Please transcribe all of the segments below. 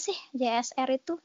sih JSR itu?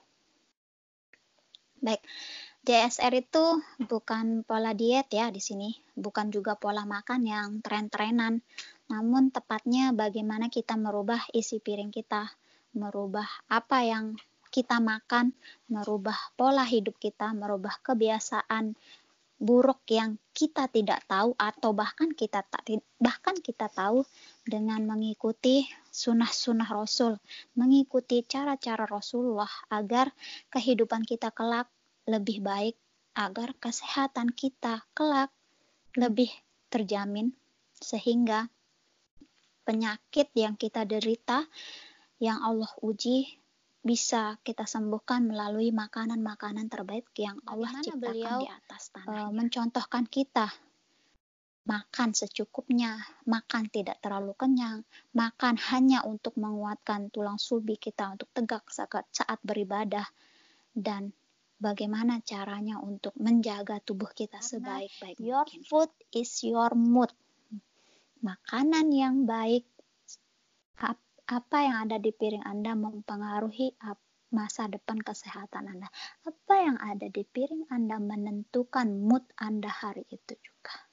Baik, JSR itu bukan pola diet ya di sini, bukan juga pola makan yang tren-trenan, namun tepatnya bagaimana kita merubah isi piring kita, merubah apa yang kita makan, merubah pola hidup kita, merubah kebiasaan buruk yang kita tidak tahu atau bahkan kita tahu dengan mengikuti sunnah-sunnah Rasul, mengikuti cara-cara Rasulullah agar kehidupan kita kelak lebih baik, agar kesehatan kita kelak lebih terjamin, sehingga penyakit yang kita derita, yang Allah uji, bisa kita sembuhkan melalui makanan-makanan terbaik yang Allah ciptakan di atas tanah. Mencontohkan kita makan secukupnya, makan tidak terlalu kenyang, makan hanya untuk menguatkan tulang sulbi kita untuk tegak saat beribadah, dan bagaimana caranya untuk menjaga tubuh kita sebaik-baik mungkin. Your food is your mood. Makanan yang baik, apa yang ada di piring Anda mempengaruhi masa depan kesehatan Anda. Apa yang ada di piring Anda menentukan mood Anda hari itu juga.